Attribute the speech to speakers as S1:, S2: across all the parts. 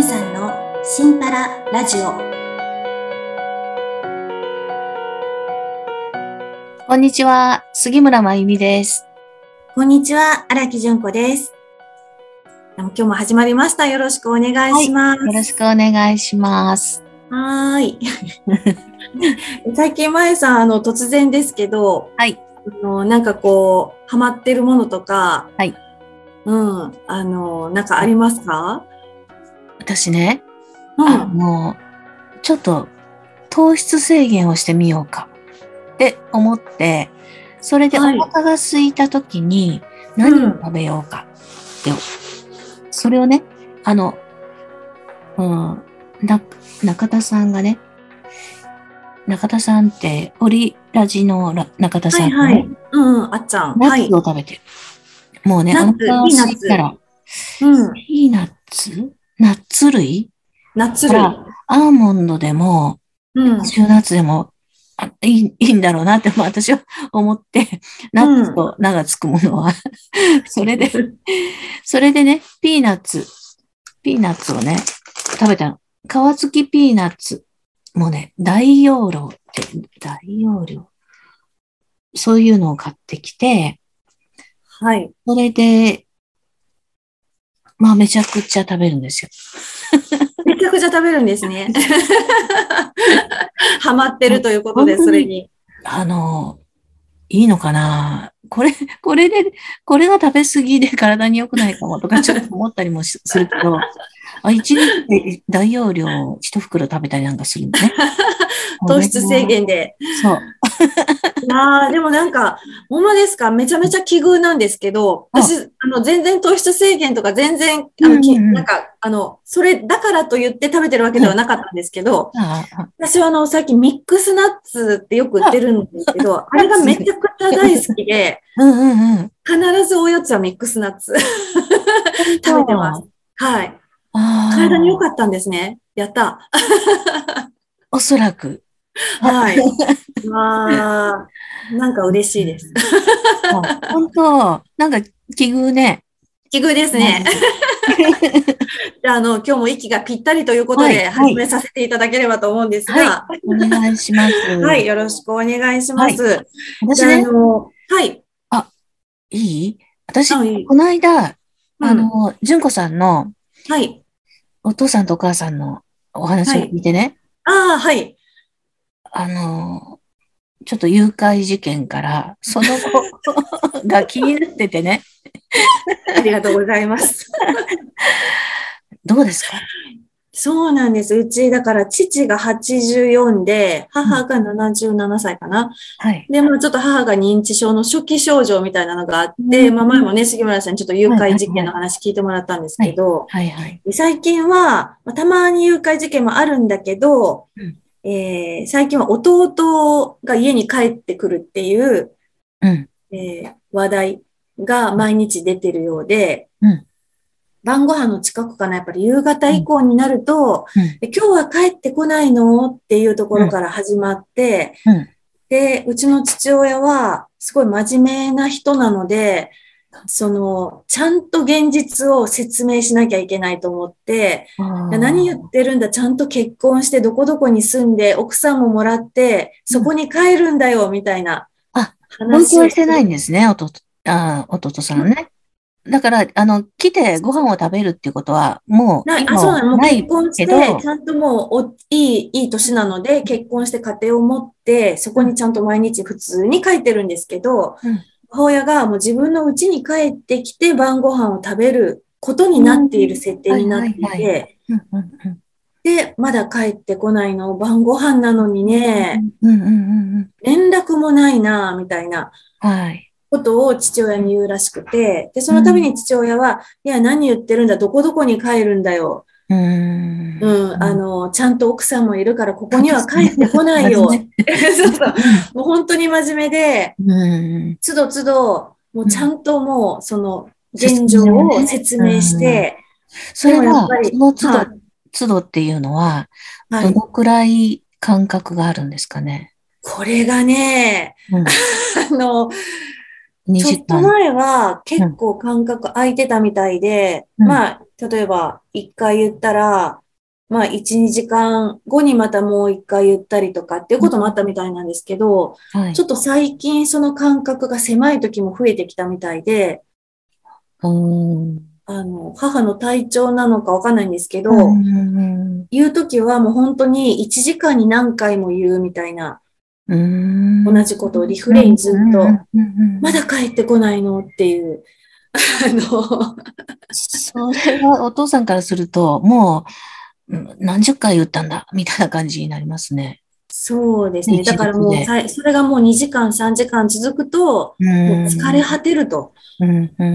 S1: さんのシンパララジオ。
S2: こんにちは、杉村真由美です。
S1: こんにちは、荒木純子です。今日も始まりました。よろしくお願い
S2: はい、
S1: しま
S2: よろしく
S1: す。
S2: お願いします。
S1: はーい。最近、まえさん、突然ですけど、
S2: はい、
S1: なんかこう、ハマってるものとか、
S2: はい。
S1: なんかありますか？
S2: 私ね、
S1: うん。
S2: ちょっと糖質制限をしてみようかって思って、それでお
S1: はい。
S2: 腹が空いた時に
S1: うん。
S2: 何を食べようかって、それをね、あの、うん、な、中田さんがね、中田さんってオリラジの中田
S1: はい、
S2: さんがね、
S1: はい。うん、うん、あっちゃん。
S2: ナッツ
S1: はい。
S2: を食べてる。もうね、お
S1: ナッツ、
S2: 腹が
S1: ピーナッツ。
S2: 空いたら、
S1: うん。
S2: ピーナッツナッツ類
S1: ナッツ類。
S2: から、アーモンドでも、
S1: うん。
S2: カシューナッツでも、いいんだろうなって、私は思って、ナッツ
S1: うん。
S2: と名がつくものはそれで、それでね、ピーナッツをね、食べたの。皮付きピーナッツ。もうね、大容量って、大容量。そういうのを買ってきて、
S1: はい。
S2: それで、まあめちゃくちゃ食べるんですよ。
S1: めちゃくちゃ食べるんですね。ハマってるということで、
S2: 本当に、
S1: それに。
S2: あの、いいのかなこれで、これが食べ過ぎで体に良くないかもとかちょっと思ったりもするけど、一日で大容量一袋食べたりなんかするのね。これ
S1: 糖質制
S2: は、
S1: 限で。
S2: そう。
S1: いやー、でもなんか、ほんまですか？めちゃめちゃ奇遇なんですけど、
S2: あ、
S1: 私、全然糖質制限とか全然、
S2: うんうんうん。
S1: なんか、それだからと言って食べてるわけでは
S2: うん。
S1: なかったんですけど、
S2: あ
S1: 私は最近ミックスナッツってよく売って
S2: あ、
S1: るんですけど、あれが
S2: ナッツ。
S1: めちゃくちゃ大好きで、
S2: うんうんうん。
S1: 必ずおやつはミックスナッツ
S2: 本
S1: 食べてます。
S2: 当。
S1: はい。体に良か
S2: ああ、
S1: ったんですね。やった。
S2: おそらく。あ、
S1: はい。まあ、なんか嬉しいです。
S2: 本当、なんか奇遇ね。
S1: 奇遇ですね。
S2: マジで。
S1: じゃあ、今日も息がぴったりということ
S2: はい、
S1: で
S2: はい、
S1: 始めさせていただければと思うんです
S2: はい。
S1: が、
S2: お願いします。
S1: はい、よろしくお願いし
S2: はい。
S1: ます。じゃあ、
S2: 私ね、
S1: はい。
S2: あ、いい私、
S1: あ、いい。
S2: この間、
S1: うん。
S2: 純子さんの
S1: はい。
S2: お父さんとお母さんのお話を聞
S1: はい。
S2: いてね、
S1: ああ、はい。
S2: あの、ちょっと誘拐事件から、その後が気になっててね、
S1: ありがとうございます。
S2: どうですか？
S1: そうなんです。うち、だから父が84で、
S2: うん。
S1: 母が77歳かな。
S2: はい。
S1: で、まあちょっと母が認知症の初期症状みたいなのがあっ
S2: う
S1: て、
S2: ん。
S1: まあ前もね、杉村さんにちょっと誘
S2: はい、はい、
S1: 拐事件の
S2: はい。
S1: 話聞いてもらったんです
S2: はい、
S1: けど、
S2: はい、はい。
S1: で最近は、まあたまに誘拐事件もあるんだけど、
S2: うん、
S1: 最近は弟が家に帰ってくるっていう、
S2: うん、
S1: 話題が毎日出てるようで、
S2: うん、
S1: 晩ご飯の近くかな、やっぱり夕方
S2: うん、
S1: 以降になると、
S2: うん、
S1: 今日は帰ってこないのっていうとこ
S2: うん、
S1: ろから始まって、
S2: うん。
S1: で、うちの父親はすごい真面目な人なので、ちゃんと現実を説明しなきゃいけないと思って、
S2: あ
S1: いや何言っ
S2: あ。
S1: てるんだ、ちゃんと結婚してどこどこに住んで奥さんももらって、そこ
S2: うん。
S1: に帰るんだよ、みたいな
S2: あ、同居
S1: 話をす
S2: はしてないんで
S1: る。
S2: すね、弟さんね。だから、来てご飯を食べるっていうことは、もう
S1: そうなの。もう
S2: 今はない
S1: 結婚して、ち
S2: けど、
S1: ゃんともういい年なので、結婚して家庭を持って、そこ
S2: うん、
S1: にちゃんと毎日普通に帰ってるんですけど、
S2: うん、
S1: 母親がもう自分の家に帰ってきて晩ご飯を食べることに
S2: うん。
S1: なっている設定
S2: はい、
S1: になって
S2: はい、はい。
S1: いて、
S2: うん、うん、うん。
S1: で、まだ帰ってこないの、晩ご飯なのに
S2: うん、
S1: ね、
S2: うん、うん、うん。うん。
S1: 連絡もないな、みたいな
S2: はい。
S1: ことを父親に言うらしくて、で、その度
S2: うん、
S1: に父親は、いや、何言ってるんだ、どこどこに帰るんだよ。
S2: うん。
S1: うん、
S2: うん。
S1: ちゃんと奥さんもいるから、ここには帰ってこないよ。
S2: 真面
S1: そうそう。
S2: 目。
S1: もう本当に真面目で、
S2: うん。
S1: つどつど、もう
S2: うん。
S1: ちゃんともう、
S2: 説
S1: 現状を
S2: 明をね。
S1: 説明し
S2: うん。
S1: て、でもやっ
S2: それは、
S1: ぱり、
S2: その
S1: はい、
S2: 都度っていうのは、
S1: はい。
S2: どのくらい間隔があるんですかね。
S1: これがね、
S2: うん。
S1: あの、
S2: 2
S1: ちょっと
S2: 時間。
S1: 前は結
S2: うん。
S1: 構間隔空いてたみたいで、
S2: うん。
S1: まあ、例えば1回言ったら、まあ、1、2時間後にまたもう1回言ったりとかっていうこともあったみたいなんですけど、
S2: はい。
S1: ちょっと最近その間隔が狭い時も増えてきたみたいで、
S2: うーん。
S1: 母の体調なのかわかんないんですけ
S2: う
S1: ど、
S2: ん。
S1: 言うときはもう本当に1時間に何回も言うみたいな、
S2: うーん。
S1: 同
S2: うん。
S1: じことをリフ
S2: うん。
S1: レインずっと、
S2: うん。
S1: まだ帰ってこないのっていう、あの、
S2: それはお父さんからすると、もう、何十回言ったんだ、みたいな感じになりますね。ね、
S1: そうですね。だ
S2: 一
S1: から
S2: 律で。
S1: それがもう2時間、3時間続くと、
S2: う
S1: もう
S2: ーん。
S1: 疲れ果てると、
S2: うん。うん。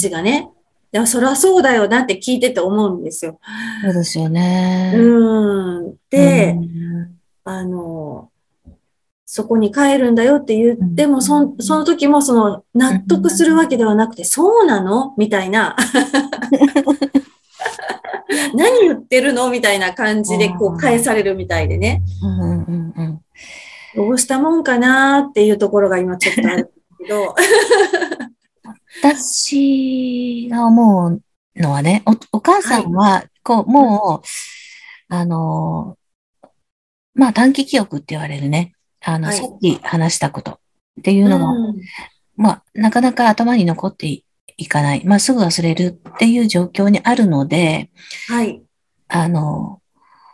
S1: 父がね。でもそれはそうだよなって聞いてて思うんですよ。
S2: そうですよね。う
S1: で、
S2: ん。
S1: あの、そこに帰るんだよって言っ
S2: うん。
S1: ても、その時も
S2: う
S1: 納得するわけ
S2: ん。
S1: ではなくて、そうなのみたいな、何言ってるのみたいな感
S2: あ
S1: じでこう返さ
S2: あ。
S1: れるみたいでね。
S2: うん。うん。うん。
S1: どうしたもんかなっていうところが今ちょっとあるんですけど。
S2: 私が思うのはね、お母
S1: はい。
S2: さんは、こう、
S1: うん。
S2: もう、あの、まあ、短期記憶って言われるね。
S1: はい。
S2: さっき話したことっていう
S1: う
S2: のが、
S1: ん。
S2: まあ、なかなか頭に残っていかない。まあ、すぐ忘れるっていう状況にあるので、
S1: はい。
S2: あの、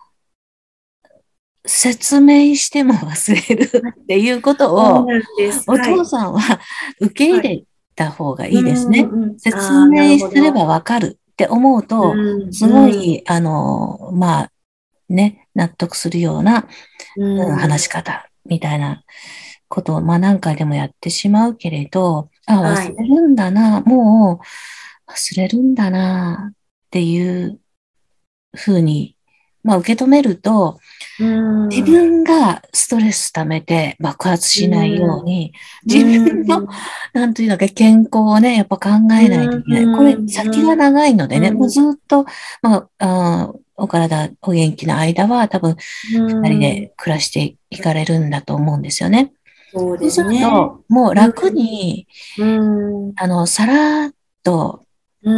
S2: 説明しても忘れるっていうことを、
S1: そうなんです。
S2: お
S1: はい。
S2: 父さんは受け入
S1: はい。
S2: れた方がい
S1: う
S2: いですね。
S1: ん、うん。
S2: 説
S1: ああ、なる
S2: 明すれば
S1: ほど。
S2: わかるって思う
S1: う
S2: と、
S1: ん、
S2: すご
S1: うん、
S2: い、まあね、納得するような、
S1: う
S2: 話し
S1: ん。
S2: 方みたいなことを、まあ何回でもやってしまうけれど、あ、
S1: はい。
S2: 忘れるんだな、もう忘れるんだなっていうふうに、まあ受け止めると、
S1: う
S2: 自
S1: ん、
S2: 分がストレス溜めて爆発
S1: う
S2: しないよう
S1: ん、
S2: に、自
S1: う
S2: 分の、
S1: ん、
S2: なんというのか、健康をね、やっぱ考えないといけない。これ、先が長いのでね、もうずっと、まあ、お体、お元気な間は、多分、
S1: う
S2: 二人
S1: ん。
S2: で暮らしていかれるんだと思うんですよね。
S1: そうで
S2: そうす
S1: すね。
S2: ると、もう
S1: う
S2: 楽に、
S1: ん、うん、
S2: さらっと、
S1: うん。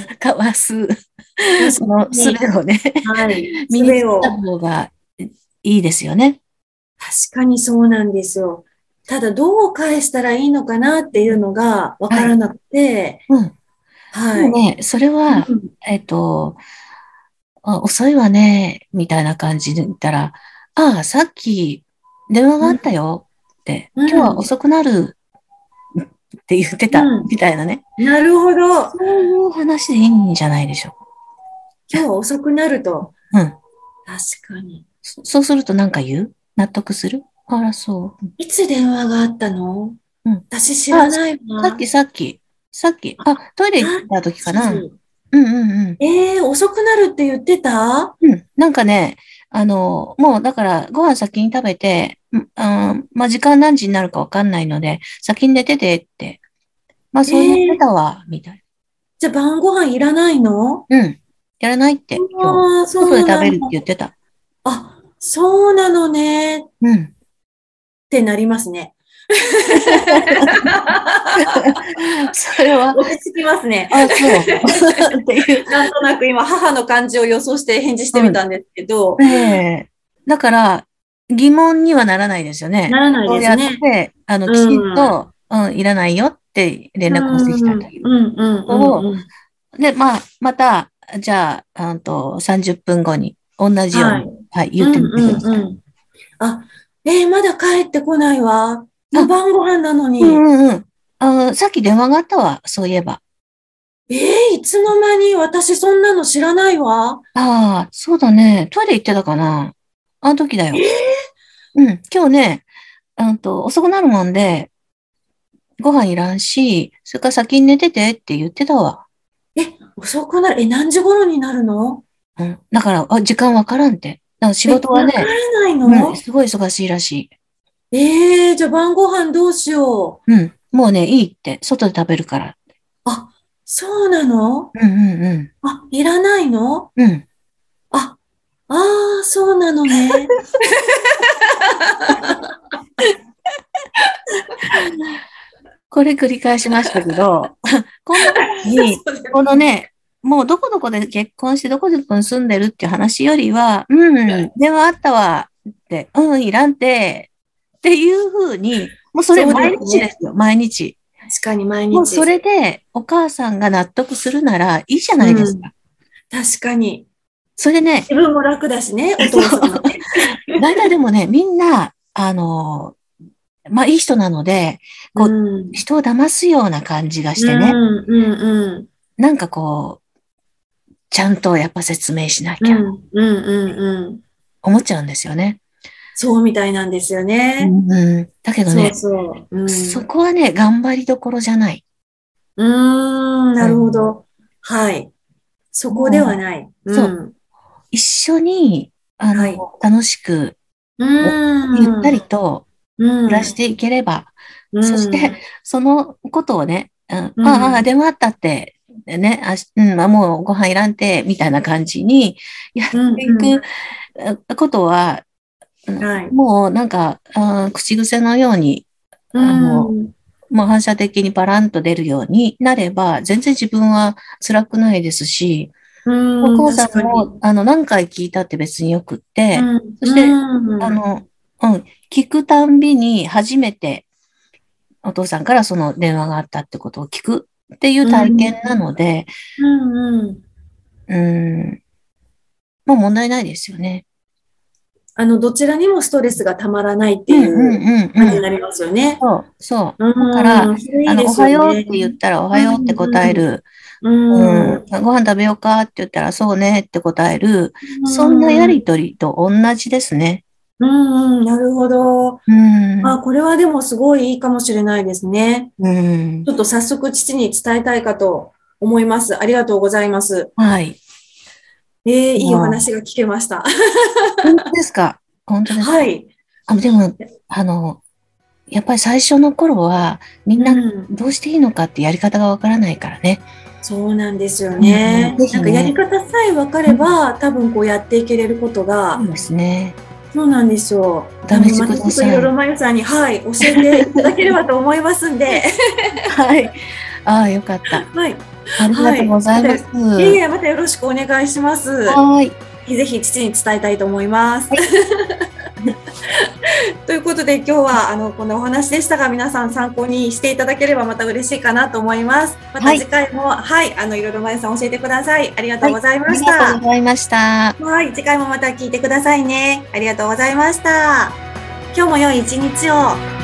S2: かわす、
S1: 確か
S2: その術
S1: に。
S2: をね、
S1: はい。
S2: 身につけた
S1: 術を。
S2: 方がいいですよね。
S1: 確かにそうなんですよ。ただ、どう返したらいいのかなっていうのがわ
S2: はい。
S1: からなくて、
S2: うん。で
S1: はい。
S2: もね、それは、
S1: うん。
S2: 遅いわね、みたいな感じで言ったら、ああ、さっき電話があった
S1: うん。
S2: よって、
S1: うん。
S2: 今日は遅くなるって言ってた、
S1: うん。
S2: みたいなね。
S1: なるほど。
S2: そういう話でいいんじゃないでしょ
S1: 今日は遅くなると。
S2: うか。うん。
S1: 確かに。
S2: そうするとなんか言う納得するあら、そう。
S1: いつ電話があったの？
S2: うん。
S1: 私知
S2: あ、
S1: らないわ。
S2: さっき、
S1: あ、
S2: あ、トイレ行っ
S1: さっ
S2: た時かな。
S1: き。
S2: うんうんうん。
S1: 遅くなるって言ってた？
S2: うん。なんかね、もうだからご飯先に食べて、まあ、時間何時になるかわかんないので、先に寝ててって、まあ
S1: え
S2: そう言って
S1: ー、
S2: たわ、みたい
S1: じゃあ晩ご飯いらないの？
S2: な。うん。やらないって、今日。
S1: ああ、そう
S2: 外で食べるって言
S1: なの。
S2: ってた。
S1: あ、そうなのね。っ
S2: うん。
S1: てなりますね。
S2: それは、
S1: 落ち着きますね。
S2: あ、そう。っていう。
S1: なんとなく今、母の感じを予想して返事してみ
S2: うん。
S1: たんですけど、
S2: ねえ。だから、疑問にはならないですよね。
S1: ならない
S2: そうやっ
S1: ですね。
S2: て、きちん
S1: うん。
S2: と、いらないよって連
S1: う
S2: 絡をしてきた
S1: ん、うん、
S2: という
S1: うん、うん、
S2: ことを、
S1: うん。
S2: で、まあ、また、じゃあ、30分後に、同じよう
S1: はい。
S2: に、はい、言
S1: うん、
S2: ってみてくだ
S1: うん、
S2: さい。
S1: うん。あ、まだ帰ってこないわ。もう
S2: あ、
S1: 晩ご飯なの
S2: う
S1: に。
S2: んうんうん。さっき電話があったわ、そういえば。
S1: いつの間に？私そんなの知らないわ。
S2: ああ、そうだね。トイレ行ってたかな。あの時だよ。
S1: え
S2: うん、今日ね、遅くなるもんで、ご飯いらんし、それから先に寝ててって言ってたわ。
S1: 遅くなる。何時頃になるの？
S2: うん。だから、時間わからんって。だから仕事は
S1: わか
S2: ね、
S1: らない
S2: うん、
S1: の？
S2: すごい忙しいらしい。
S1: じゃあ晩ご飯どうしよう。
S2: うん。もうね、いいって。外で食べるから。
S1: あ、そうなの？
S2: うんうん
S1: あ、いらないの？
S2: うん。うん。
S1: あ、ああ、そうなのね。
S2: これ繰り返しましたけど、こんな時に、このね、もうどこどこで結婚してどこどこに住んでるっていう話よりは、電話あったわって、いらんて、っていうふうに、もうそれ毎日ですよ、毎日。
S1: 確かに毎日。
S2: もうそれでお母さんが納得するならいいじゃないですか。
S1: 確かに。
S2: それね。
S1: 自分も楽だしね、お父さんもね。
S2: 大体でもね、みんな、いい人なので、こう、人を騙すような感じがしてね。なんかこう、ちゃんとやっぱ説明しなきゃ。思っちゃうんですよね。
S1: そうみたいなんですよね。
S2: だけどね、そこはね、頑張りどころじゃない。
S1: なるほど。はい。そこではない。
S2: そう。一緒に、楽しく、ゆったりと暮らしていければ、そして、そのことをね、電話あったって、ね、もうご飯いらんて、みたいな感じにやっていくことは、もうなんか、口癖のように、もう反射的にバランと出るようになれば、全然自分は辛くないですし、お母さんも、何回聞いたって別によくって、そして、聞くたんびに初めてお父さんからその電話があったってことを聞くっていう体験なので、もう問題ないですよね。
S1: どちらにもストレスがたまらないっていう感じになりますよね。
S2: そう。だから、おはようって言ったらおはようって答える。ご飯食べようかって言ったらそうねって答える。そんなやりとりと同じですね。
S1: なるほど。これはでもすごいいいかもしれないですね。ちょっと早速父に伝えたいかと思います。ありがとうございます。
S2: はい。
S1: いいお話が聞けました。
S2: 本当ですか？本当ですか？
S1: はい。
S2: でも、やっぱり最初の頃は、みんなどうしていいのかってやり方がわからないからね。
S1: そうなんですよね。なんかやり方さえ分かれば、多分こうやっていけれることが。
S2: そうですね。
S1: そうなんですよ。
S2: 試してください。
S1: いろいろまゆさんに、教えていただければと思いますんで。
S2: はい。よかった。
S1: はい。
S2: ありがとうございます。
S1: またよろしくお願いします。
S2: はい。
S1: ぜひ父に伝えたいと思います。ということで今日はこのお話でしたが、皆さん参考にしていただければまた嬉しいかなと思います。また次回も、いろいろまゆさん教えてください。ありがとうございました。
S2: ありがとうございました。
S1: 次回もまた聞いてくださいね。ありがとうございました。今日も良い一日を。